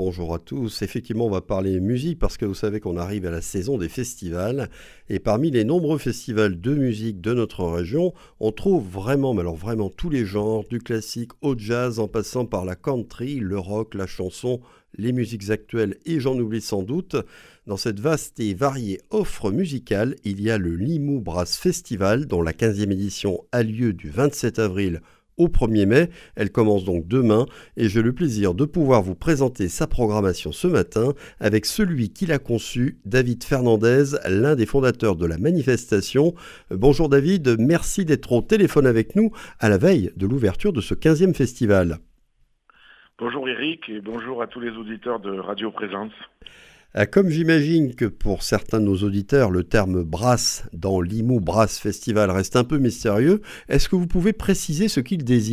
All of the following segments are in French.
bonjour à tous. Effectivement, on va parler musique parce que vous savez qu'on arrive à la saison des festivals. Et parmi les nombreux festivals de musique de notre région, on trouve vraiment, mais alors vraiment tous les genres, du classique au jazz en passant par la country, le rock, la chanson, les musiques actuelles et j'en oublie sans doute. Dans cette vaste et variée offre musicale, il y a le Limoux Brass Festival dont la 15e édition a lieu du 27 avril au 1er mai. Elle commence donc demain et j'ai le plaisir de pouvoir vous présenter sa programmation ce matin avec celui qui l'a conçu, David Fernandez, l'un des fondateurs de la manifestation. Bonjour David, merci d'être au téléphone avec nous à la veille de l'ouverture de ce 15e festival. Bonjour Eric et bonjour à tous les auditeurs de Radio Présence. Comme j'imagine que pour certains de nos auditeurs, le terme brass dans Limoux Brass Festival reste un peu mystérieux, est-ce que vous pouvez préciser ce qu'il désigne ?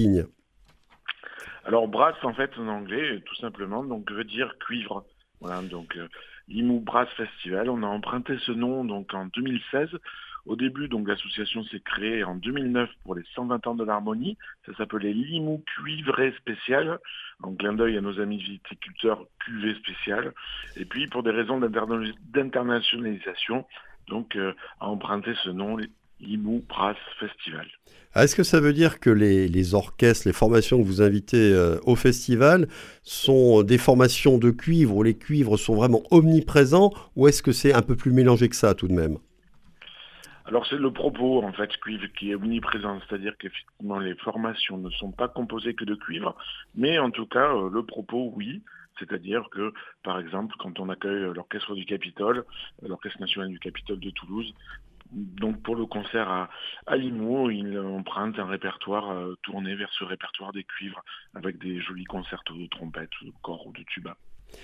Alors brass en fait en anglais tout simplement donc veut dire cuivre. Voilà donc Limoux Brass Festival, on a emprunté ce nom donc en 2016. Au début, donc l'association s'est créée en 2009 pour les 120 ans de l'harmonie. Ça s'appelait Limoux Cuivré Spécial, en clin d'œil à nos amis viticulteurs cuvée spécial. Et puis, pour des raisons d'internationalisation, donc a emprunté ce nom, Limoux Brass Festival. Est-ce que ça veut dire que les orchestres, les formations que vous invitez au festival sont des formations de cuivre où les cuivres sont vraiment omniprésents ou est-ce que c'est un peu plus mélangé que ça tout de même ? Alors c'est le propos en fait cuivre qui est omniprésent, c'est-à-dire qu'effectivement les formations ne sont pas composées que de cuivre, mais en tout cas le propos oui, c'est-à-dire que par exemple quand on accueille l'orchestre du Capitole, l'orchestre national du Capitole de Toulouse, donc pour le concert à Limoux, il emprunte un répertoire tourné vers ce répertoire des cuivres avec des jolis concertos de trompette, de cor ou de tuba.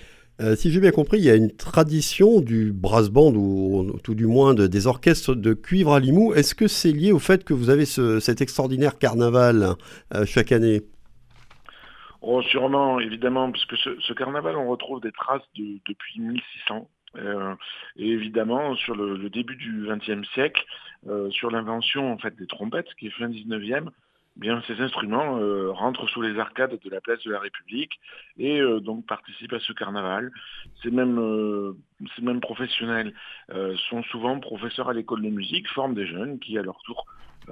Si j'ai bien compris, il y a une tradition du brass band ou tout du moins des orchestres de cuivre à Limoux. Est-ce que c'est lié au fait que vous avez cet extraordinaire carnaval chaque année ? Oh, sûrement, évidemment, parce que ce carnaval, on retrouve des traces depuis 1600. Et évidemment, sur le début du XXe siècle, sur l'invention en fait des trompettes, qui est fin 19e, bien, ces instruments rentrent sous les arcades de la place de la République et donc participent à ce carnaval. Ces mêmes professionnels sont souvent professeurs à l'école de musique, forment des jeunes qui, à leur tour,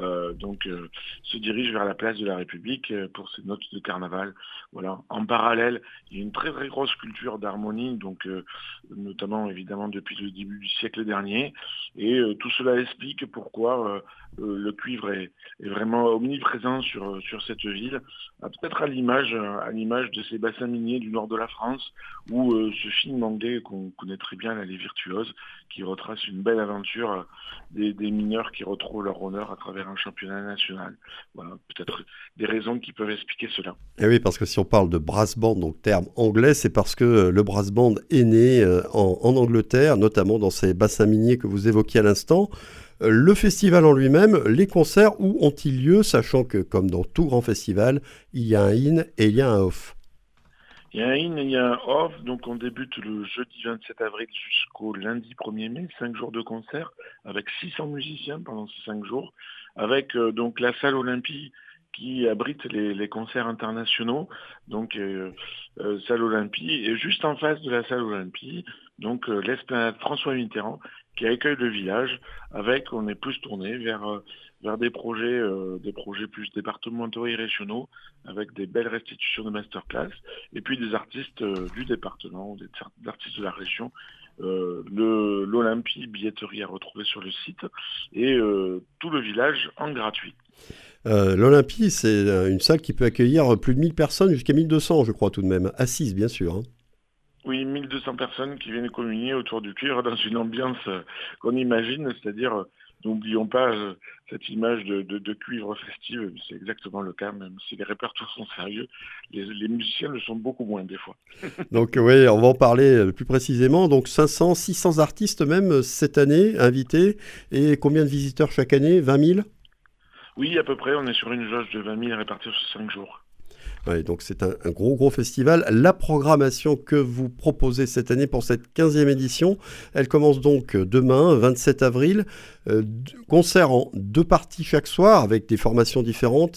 se dirigent vers la place de la République pour ces notes de carnaval. Voilà. En parallèle, il y a une très très grosse culture d'harmonie, donc notamment évidemment depuis le début du siècle dernier, et tout cela explique pourquoi le cuivre est vraiment omniprésent sur cette ville, peut-être à l'image de ces bassins miniers du nord de la France, où ce film anglais qu'on connaît très bien, Les Virtuoses, qui retrace une belle aventure des mineurs qui retrouvent leur honneur à travers un championnat national. Voilà, peut-être des raisons qui peuvent expliquer cela. Et oui, parce que si on parle de brass band, donc terme anglais, c'est parce que le brass band est né en Angleterre, notamment dans ces bassins miniers que vous évoquiez à l'instant. Le festival en lui-même, les concerts, où ont-ils lieu, sachant que, comme dans tout grand festival, il y a un in et il y a un off. Il y a un in et il y a un off, donc on débute le jeudi 27 avril jusqu'au lundi 1er mai, 5 jours de concert, avec 600 musiciens pendant ces 5 jours, avec donc la salle Olympie qui abrite les concerts internationaux, donc salle Olympie, et juste en face de la salle Olympie, donc l'esplanade François Mitterrand, qui accueille le village, avec, on est plus tourné vers des projets plus départementaux et régionaux, avec des belles restitutions de masterclass, et puis des artistes du département, des artistes de la région. L'Olympie, billetterie à retrouver sur le site, et tout le village en gratuit. L'Olympie, c'est une salle qui peut accueillir plus de 1000 personnes, jusqu'à 1200, je crois tout de même, assises bien sûr. Hein. Oui, 1200 personnes qui viennent communier autour du cuivre dans une ambiance qu'on imagine, c'est-à-dire, n'oublions pas cette image de cuivre festive, c'est exactement le cas, même si les répertoires sont sérieux, les musiciens le sont beaucoup moins des fois. Donc oui, on va en parler plus précisément. Donc 500, 600 artistes même cette année invités, et combien de visiteurs chaque année ? 20 000 ? Oui, à peu près, on est sur une jauge de 20 000 répartis sur 5 jours. Ouais, donc c'est un gros festival. La programmation que vous proposez cette année pour cette 15e édition, elle commence donc demain, 27 avril. Concert en 2 parties chaque soir avec des formations différentes.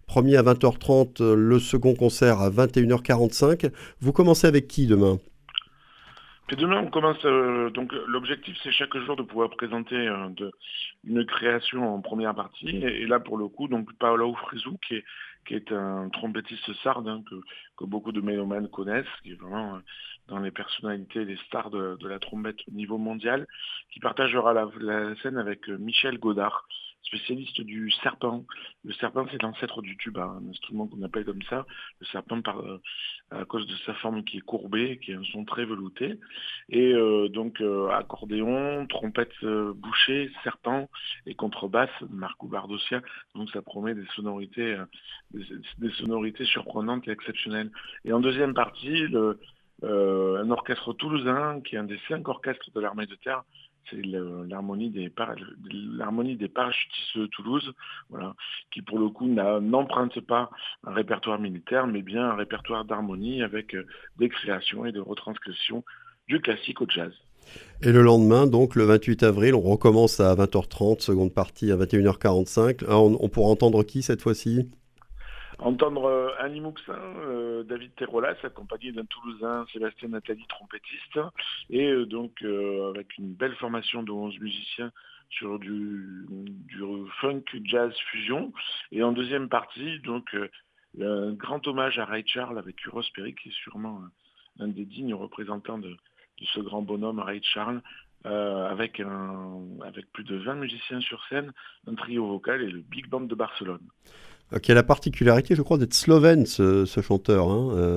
Premier à 20h30, le second concert à 21h45. Vous commencez avec qui demain? Et demain, on commence. Donc, l'objectif, c'est chaque jour de pouvoir présenter une création en première partie. Et là, pour le coup, donc Paolo Fresu, qui est un trompettiste sarde que beaucoup de mélomanes connaissent, qui est vraiment dans les personnalités, les stars de la trompette au niveau mondial, qui partagera la scène avec Michel Godard, spécialiste du serpent. Le serpent, c'est l'ancêtre du tuba, un instrument qu'on appelle comme ça. Le serpent, à cause de sa forme qui est courbée, qui a un son très velouté. Et accordéon, trompette bouchée, serpent et contrebasse, Marco Bardossia. Donc ça promet des sonorités surprenantes et exceptionnelles. Et en deuxième partie, un orchestre toulousain qui est un des 5 orchestres de l'armée de terre. C'est l'harmonie des parachutistes de Toulouse, voilà, qui pour le coup n'emprunte pas un répertoire militaire, mais bien un répertoire d'harmonie avec des créations et de retranscriptions du classique au jazz. Et le lendemain, donc le 28 avril, on recommence à 20h30, seconde partie à 21h45. On pourra entendre qui cette fois-ci? Entendre un Limouxin, David Terrolas, accompagné d'un Toulousain, Sébastien Nathalie, trompettiste, et avec une belle formation de 11 musiciens sur du funk jazz fusion. Et en deuxième partie, un grand hommage à Ray Charles avec Uros Perry, qui est sûrement un des dignes représentants de ce grand bonhomme, Ray Charles, avec plus de 20 musiciens sur scène, un trio vocal et le Big Band de Barcelone. Qui a la particularité, je crois, d'être slovène, ce chanteur.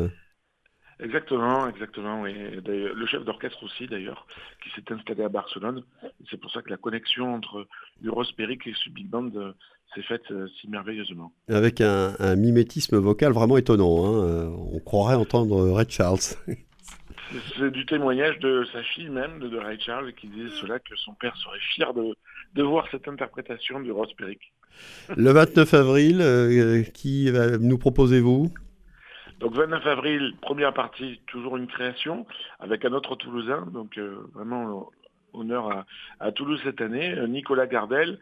Exactement, oui. D'ailleurs, le chef d'orchestre aussi, d'ailleurs, qui s'est installé à Barcelone. C'est pour ça que la connexion entre Uros Perry et ce Big Band s'est faite si merveilleusement. Avec un mimétisme vocal vraiment étonnant. On croirait entendre Ray Charles. C'est du témoignage de sa fille même, de Ray Charles, qui disait cela, que son père serait fier de voir cette interprétation du Ross Perry. Le 29 avril, qui nous proposez-vous? Donc 29 avril, première partie, toujours une création, avec un autre Toulousain, donc vraiment honneur à Toulouse cette année, Nicolas Gardel,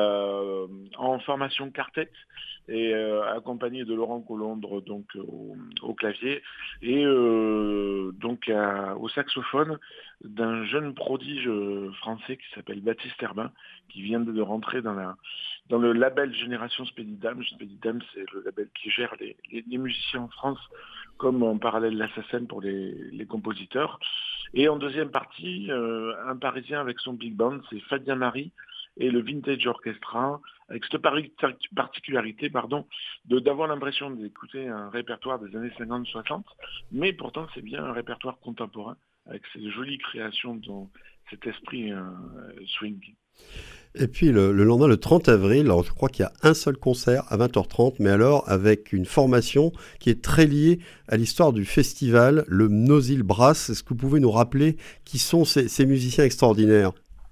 en formation quartet, et accompagné de Laurent Colombre donc au clavier, et au saxophone d'un jeune prodige français qui s'appelle Baptiste Herbin, qui vient de rentrer dans le label Génération Spedidam. Spedidam, c'est le label qui gère les musiciens en France, comme en parallèle l'Assassin pour les compositeurs. Et en deuxième partie, un Parisien avec son big band, c'est Fabien Marie et le Vintage Orchestra, avec cette particularité d'avoir l'impression d'écouter un répertoire des années 50-60, mais pourtant c'est bien un répertoire contemporain, avec ces jolies créations dans cet esprit swing. Et puis le lendemain, le 30 avril, alors je crois qu'il y a un seul concert à 20h30, mais alors avec une formation qui est très liée à l'histoire du festival, le Mnosil Brass. Est-ce que vous pouvez nous rappeler qui sont ces musiciens extraordinaires?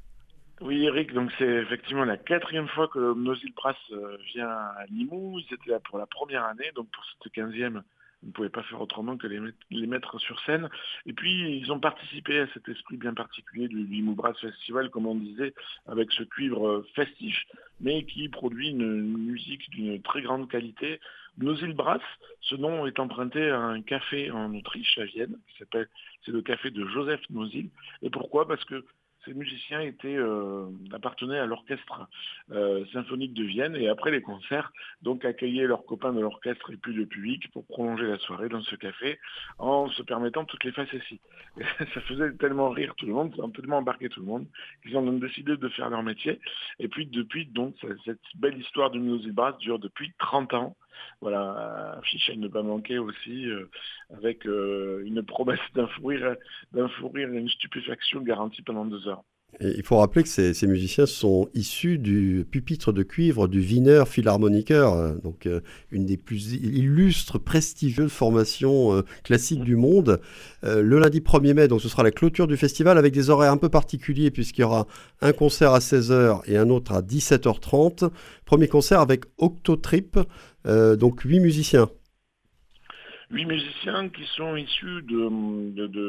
Oui, Eric, donc c'est effectivement la 4e fois que le Mnosil Brass vient à Limoux. Ils étaient là pour la première année, donc pour cette 15e, on ne pouvait pas faire autrement que les mettre sur scène. Et puis, ils ont participé à cet esprit bien particulier du Limoux Brass Festival, comme on disait, avec ce cuivre festif, mais qui produit une musique d'une très grande qualité. Mnosil Brass, ce nom est emprunté à un café en Autriche, à Vienne, c'est le café de Joseph Mnosil. Et pourquoi? Parce que ces musiciens appartenaient à l'orchestre symphonique de Vienne, et après les concerts, donc accueillaient leurs copains de l'orchestre et puis le public pour prolonger la soirée dans ce café en se permettant toutes les facéties. Et ça faisait tellement rire tout le monde, ça a tellement embarqué tout le monde, qu'ils ont décidé de faire leur métier. Et puis depuis, donc, cette belle histoire du Mnosil Brass dure depuis 30 ans. Voilà, affiche à ne pas manquer aussi, avec une promesse d'un fou rire et une stupéfaction garantie pendant 2 heures. Et il faut rappeler que ces musiciens sont issus du pupitre de cuivre du Wiener Philharmoniker, donc une des plus illustres, prestigieuses formations classiques du monde. Le lundi 1er mai, donc ce sera la clôture du festival avec des horaires un peu particuliers puisqu'il y aura un concert à 16h et un autre à 17h30. Premier concert avec Octotrip, donc 8 musiciens. 8 musiciens qui sont issus de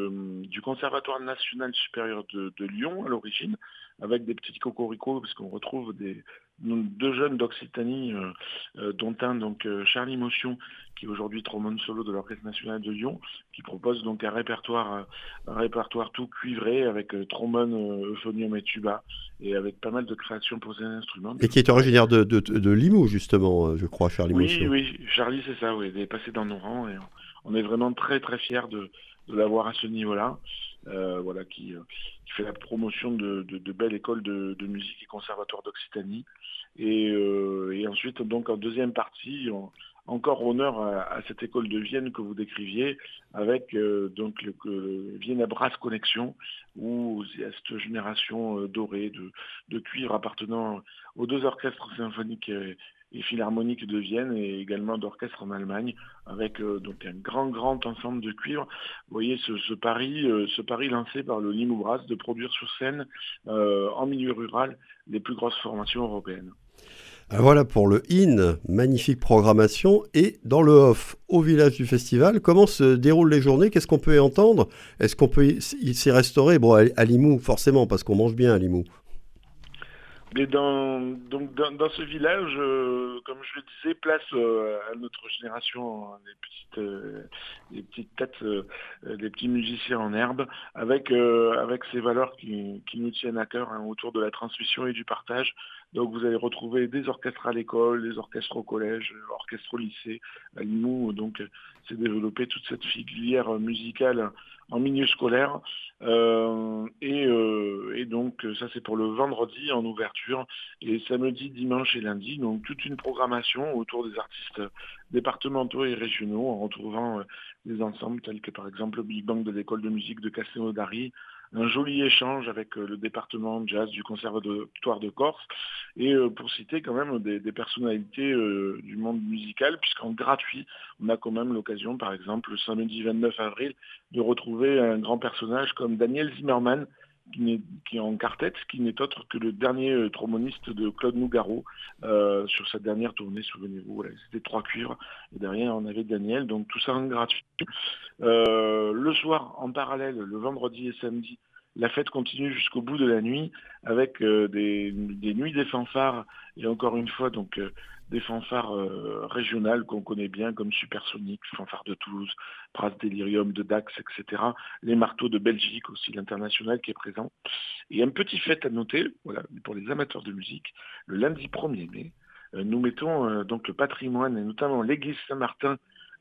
du Conservatoire national supérieur de Lyon à l'origine, avec des petits cocoricots, parce qu'on retrouve deux jeunes d'Occitanie, dont un donc Charlie Motion, qui est aujourd'hui trombone solo de l'Orchestre national de Lyon, qui propose donc un répertoire tout cuivré avec trombone, euphonium et tuba, et avec pas mal de créations pour ces instruments. Et qui est originaire de Limoux, justement, je crois, Charlie Motion. Oui, Charlie, c'est ça, oui, il est passé dans nos rangs, et on est vraiment très très fiers de l'avoir à ce niveau-là. Qui fait la promotion de belles écoles de musique et conservatoires d'Occitanie. Et ensuite, donc en deuxième partie, encore honneur à cette école de Vienne que vous décriviez, avec donc le Vienna Brass Connection, où il y a cette génération dorée de cuivre appartenant aux deux orchestres symphoniques et philharmoniques de Vienne, et également d'orchestres en Allemagne, avec donc un grand ensemble de cuivre. Vous voyez ce pari lancé par le Limoux Brass de produire sur scène en milieu rural les plus grosses formations européennes. Voilà pour le in, magnifique programmation. Et dans le off, au village du festival, comment se déroulent les journées? Qu'est-ce qu'on peut y entendre? Est-ce qu'on peut s'y restaurer? Bon, à Limoux, forcément, parce qu'on mange bien à Limoux. Mais dans ce village, comme je le disais, place à notre génération des petites têtes, des petits musiciens en herbe, avec ces valeurs qui nous tiennent à cœur, autour de la transmission et du partage. Donc vous allez retrouver des orchestres à l'école, des orchestres au collège, orchestres au lycée. À Limoux, donc s'est développée toute cette filière musicale en milieu scolaire. Et donc ça c'est pour le vendredi en ouverture, et samedi, dimanche et lundi, donc toute une programmation autour des artistes départementaux et régionaux, en retrouvant des ensembles tels que par exemple le Big Bang de l'école de musique de Castelnaudary, un joli échange avec le département jazz du Conservatoire de Corse, et pour citer quand même des personnalités du monde musical, puisqu'en gratuit, on a quand même l'occasion, par exemple, le samedi 29 avril, de retrouver un grand personnage comme Daniel Zimmerman, qui est en quartet, qui n'est autre que le dernier tromboniste de Claude Nougaro sur sa dernière tournée, souvenez-vous, voilà, c'était 3 cuivres, et derrière on avait Daniel, donc tout ça en gratuit. Le soir, en parallèle, le vendredi et samedi, la fête continue jusqu'au bout de la nuit, avec des nuits des fanfares, et encore une fois, donc des fanfares régionales qu'on connaît bien, comme Supersonic, fanfare de Toulouse, Brass Delirium de Dax, etc. Les marteaux de Belgique aussi, l'international qui est présent. Et un petit fait à noter, voilà, pour les amateurs de musique, le lundi 1er mai, nous mettons donc le patrimoine, et notamment l'église Saint-Martin,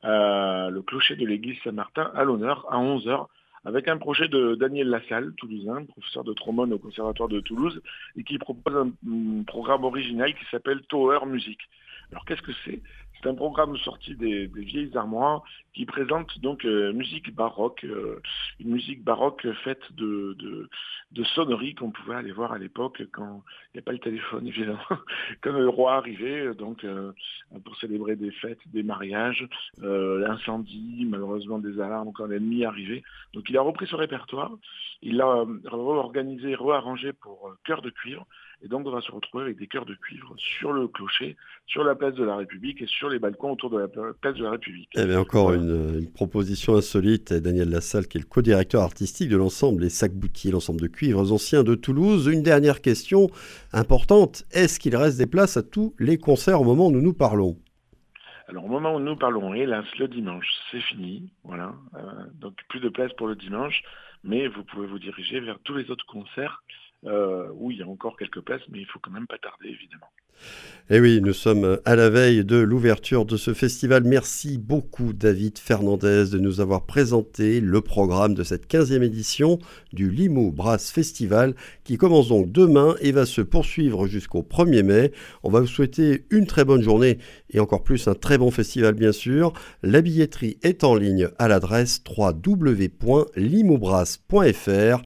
le clocher de l'église Saint-Martin à l'honneur à 11h, avec un projet de Daniel Lassalle, toulousain, professeur de trombone au Conservatoire de Toulouse, et qui propose un programme original qui s'appelle Tower Music. Alors qu'est-ce que c'est? C'est un programme sorti des vieilles armoires qui présente donc musique baroque, une musique baroque faite de sonneries qu'on pouvait aller voir à l'époque quand il n'y a pas le téléphone évidemment, quand le roi arrivait, donc pour célébrer des fêtes, des mariages, l'incendie, malheureusement des alarmes quand l'ennemi arrivait. Donc il a repris ce répertoire, il l'a réorganisé, réarrangé pour chœur de cuivre. Et donc on va se retrouver avec des chœurs de cuivre sur le clocher, sur la place de la République et sur les balcons autour de la place de la République. Il y avait encore une proposition insolite. Daniel Lassalle, qui est le co-directeur artistique de l'ensemble Les Sacs-Boutiers, l'ensemble de cuivres anciens de Toulouse. Une dernière question importante. Est-ce qu'il reste des places à tous les concerts au moment où nous nous parlons? Alors au moment où nous parlons, hélas, le dimanche, c'est fini. Voilà. Donc plus de place pour le dimanche, mais vous pouvez vous diriger vers tous les autres concerts où il y a encore quelques places, mais il faut quand même pas tarder, évidemment. Et oui, nous sommes à la veille de l'ouverture de ce festival. Merci beaucoup David Fernandez de nous avoir présenté le programme de cette 15e édition du Limoux Brass Festival qui commence donc demain et va se poursuivre jusqu'au 1er mai. On va vous souhaiter une très bonne journée et encore plus un très bon festival bien sûr. La billetterie est en ligne à l'adresse www.limoubrass.fr.